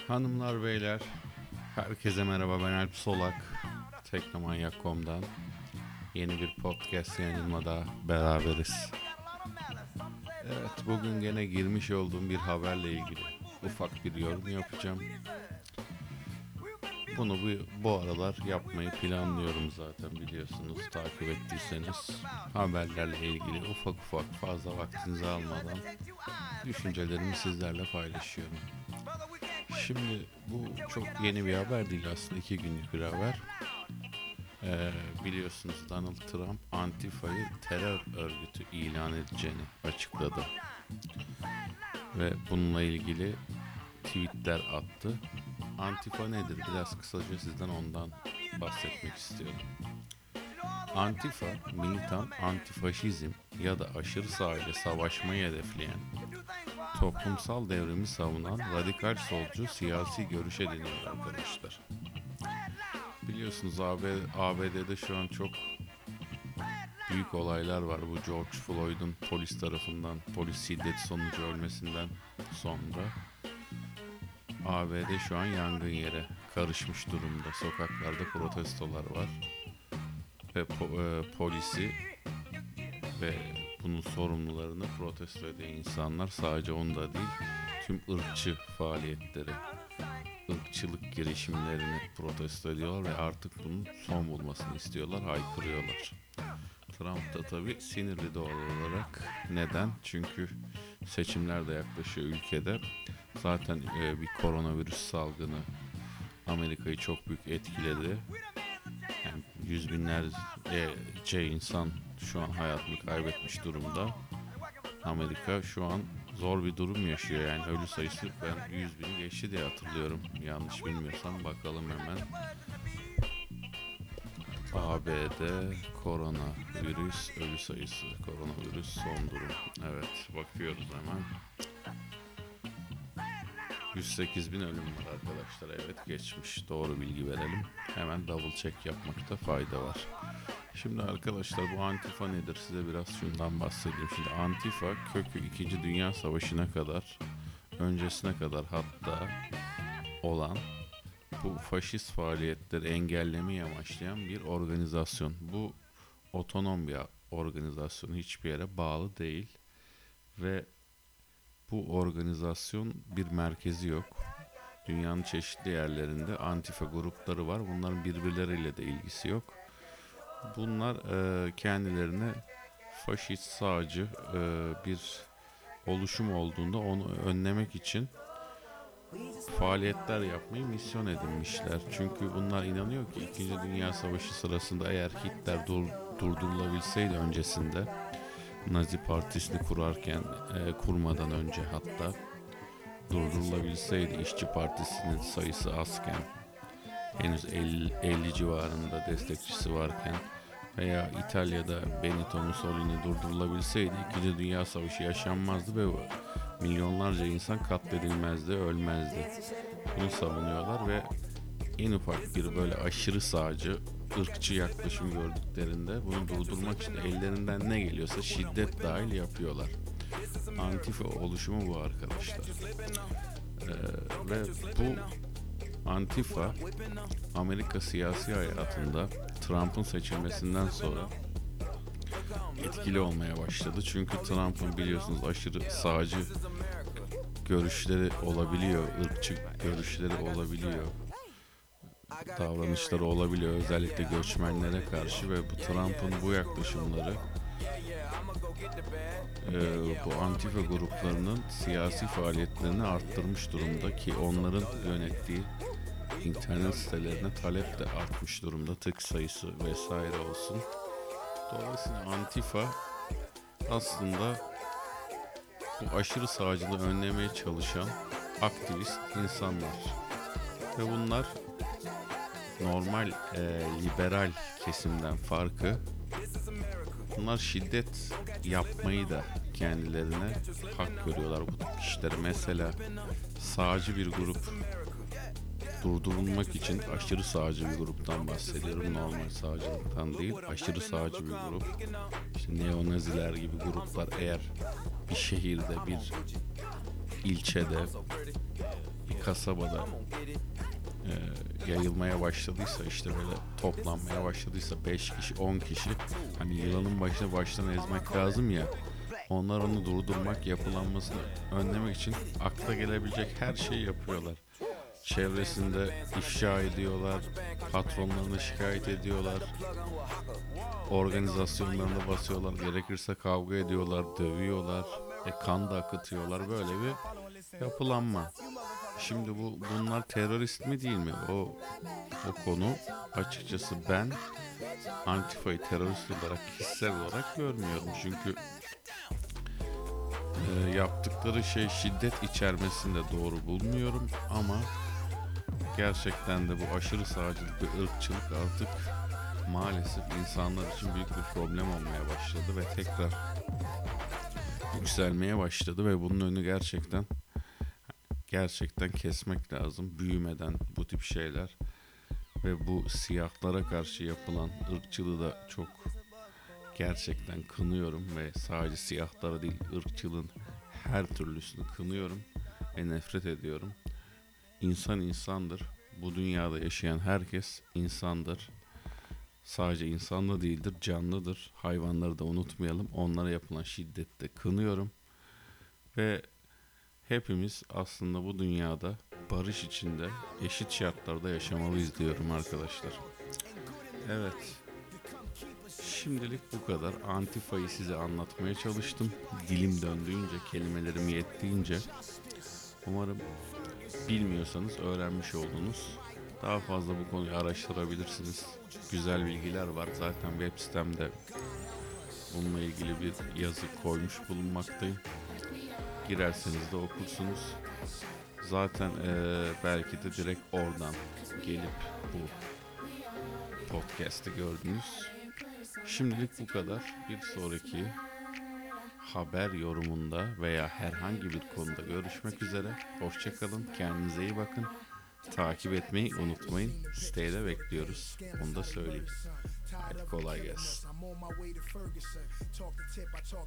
Hanımlar beyler, herkese merhaba, ben Alp Solak. Teknomanyak.com'dan yeni bir podcast yayınlamada beraberiz. Evet, bugün gene girmiş olduğum bir haberle ilgili ufak bir yorum yapacağım. Bunu bu aralar yapmayı planlıyorum zaten, biliyorsunuz, takip ettiyseniz. Haberlerle ilgili ufak fazla vaktinizi almadan düşüncelerimi sizlerle paylaşıyorum. Şimdi bu çok yeni bir haber değil, aslında 2 günlük bir haber. Biliyorsunuz Donald Trump Antifa'yı terör örgütü ilan edeceğini açıkladı. Ve bununla ilgili tweetler attı. Antifa nedir? Biraz kısaca sizden ondan bahsetmek istiyorum. Antifa, militan antifaşizm ya da aşırı sağ ile savaşmayı hedefleyen, toplumsal devrimi savunan radikal solcu siyasi görüşe deniyor arkadaşlar. Biliyorsunuz ABD'de şu an çok büyük olaylar var. Bu George Floyd'un polis tarafından polis şiddeti sonucu ölmesinden sonra ABD şu an yangın yere karışmış durumda. Sokaklarda protestolar var ve polisi ve bunun sorumlularını protesto eden insanlar sadece onda değil, tüm ırkçı faaliyetleri, ırkçılık girişimlerini protesto ediyorlar ve artık bunun son bulmasını istiyorlar, haykırıyorlar. Trump da tabii sinirli doğal olarak. Neden? Çünkü seçimler de yaklaşıyor ülkede. Zaten bir koronavirüs salgını Amerika'yı çok büyük etkiledi. Yani yüz binlerce insan şu an hayatını kaybetmiş durumda. Amerika şu an zor bir durum yaşıyor, yani ölü sayısı ben 100 bini geçti diye hatırlıyorum, yanlış bilmiyorsam. Bakalım hemen. ABD koronavirüs ölü sayısı, koronavirüs son durum. Evet, bakıyoruz hemen. 108 bin ölüm var arkadaşlar. Evet, geçmiş. Doğru bilgi verelim. Hemen double check yapmakta fayda var. Şimdi arkadaşlar, bu Antifa nedir? Size biraz şundan bahsedeyim. Şimdi Antifa kökü 2. Dünya Savaşı'na kadar, öncesine kadar hatta olan bu faşist faaliyetleri engellemeyi amaçlayan bir organizasyon. Bu otonom bir organizasyon, hiçbir yere bağlı değil ve bu organizasyon bir merkezi yok. Dünyanın çeşitli yerlerinde Antifa grupları var. Bunların birbirleriyle de ilgisi yok. Bunlar kendilerine faşist, sağcı bir oluşum olduğunda onu önlemek için faaliyetler yapmayı misyon edinmişler. Çünkü bunlar inanıyor ki 2. Dünya Savaşı sırasında eğer Hitler durdurulabilseydi öncesinde, Nazi Partisi'ni kurmadan önce hatta durdurulabilseydi, İşçi Partisi'nin sayısı azken, henüz 50 civarında destekçisi varken, veya İtalya'da Benito Mussolini durdurulabilseydi 2. Dünya Savaşı yaşanmazdı ve milyonlarca insan katledilmezdi, ölmezdi. Bunu savunuyorlar ve en ufak bir böyle aşırı sağcı, ırkçı yaklaşım gördüklerinde bunu durdurmak için ellerinden ne geliyorsa şiddet dahil yapıyorlar. Antifa oluşumu bu arkadaşlar. Ve bu Antifa Amerika siyasi hayatında Trump'ın seçilmesinden sonra etkili olmaya başladı. Çünkü Trump'ın biliyorsunuz aşırı sağcı görüşleri olabiliyor, ırkçı görüşleri olabiliyor, davranışları olabiliyor, özellikle göçmenlere karşı ve bu Trump'ın bu yaklaşımları bu Antifa gruplarının siyasi faaliyetlerini arttırmış durumda ki onların yönettiği internet sitelerine talep de artmış durumda, tık sayısı vesaire olsun. Dolayısıyla Antifa aslında bu aşırı sağcılığı önlemeye çalışan aktivist insanlar ve bunlar normal liberal kesimden farkı, bunlar şiddet yapmayı da kendilerine hak görüyorlar bu tip kişileri. Mesela sağcı bir grup durdurulmak için, aşırı sağcı bir gruptan bahsediyorum, normal sağcılıktan değil, aşırı sağcı bir grup, işte neonaziler gibi gruplar eğer bir şehirde, bir ilçede bir kasabada yayılmaya başladıysa, işte böyle toplanmaya başladıysa 5 kişi 10 kişi, hani yılanın başına baştan ezmek lazım ya, onlar onu durdurmak, yapılanmasını önlemek için akla gelebilecek her şeyi yapıyorlar. Çevresinde ifşa ediyorlar, patronlarına şikayet ediyorlar, organizasyonlarına basıyorlar, gerekirse kavga ediyorlar, dövüyorlar, kan da akıtıyorlar, böyle bir yapılanma. Şimdi bunlar terörist mi değil mi? O konu, açıkçası ben Antifa'yı terörist olarak, kişisel olarak görmüyorum. Çünkü yaptıkları şey şiddet içermesini de doğru bulmuyorum, ama gerçekten de bu aşırı sağcılık ve ırkçılık artık maalesef insanlar için büyük bir problem olmaya başladı ve tekrar yükselmeye başladı ve bunun önü gerçekten kesmek lazım. Büyümeden bu tip şeyler ve bu siyahlara karşı yapılan ırkçılığı da çok gerçekten kınıyorum ve sadece siyahlara değil, ırkçılığın her türlüsünü kınıyorum ve nefret ediyorum. İnsan insandır. Bu dünyada yaşayan herkes insandır. Sadece insan da değildir, canlıdır. Hayvanları da unutmayalım. Onlara yapılan şiddette kınıyorum. Ve hepimiz aslında bu dünyada barış içinde, eşit şartlarda yaşamalıyız diyorum arkadaşlar. Evet. Şimdilik bu kadar. Antifa'yı size anlatmaya çalıştım. Dilim döndüğünce, kelimelerim yettiğince. Umarım bilmiyorsanız öğrenmiş oldunuz. Daha fazla bu konuyu araştırabilirsiniz. Güzel bilgiler var. Zaten web sitemde bununla ilgili bir yazı koymuş bulunmaktayım. Girerseniz de okursunuz. Zaten belki de direkt oradan gelip bu podcast'i gördünüz. Şimdilik bu kadar. Bir sonraki haber yorumunda veya herhangi bir konuda görüşmek üzere. Hoşça kalın. Kendinize iyi bakın. Takip etmeyi unutmayın. Siteyle bekliyoruz. Onu da söyleyeyim. Hadi kolay gelsin.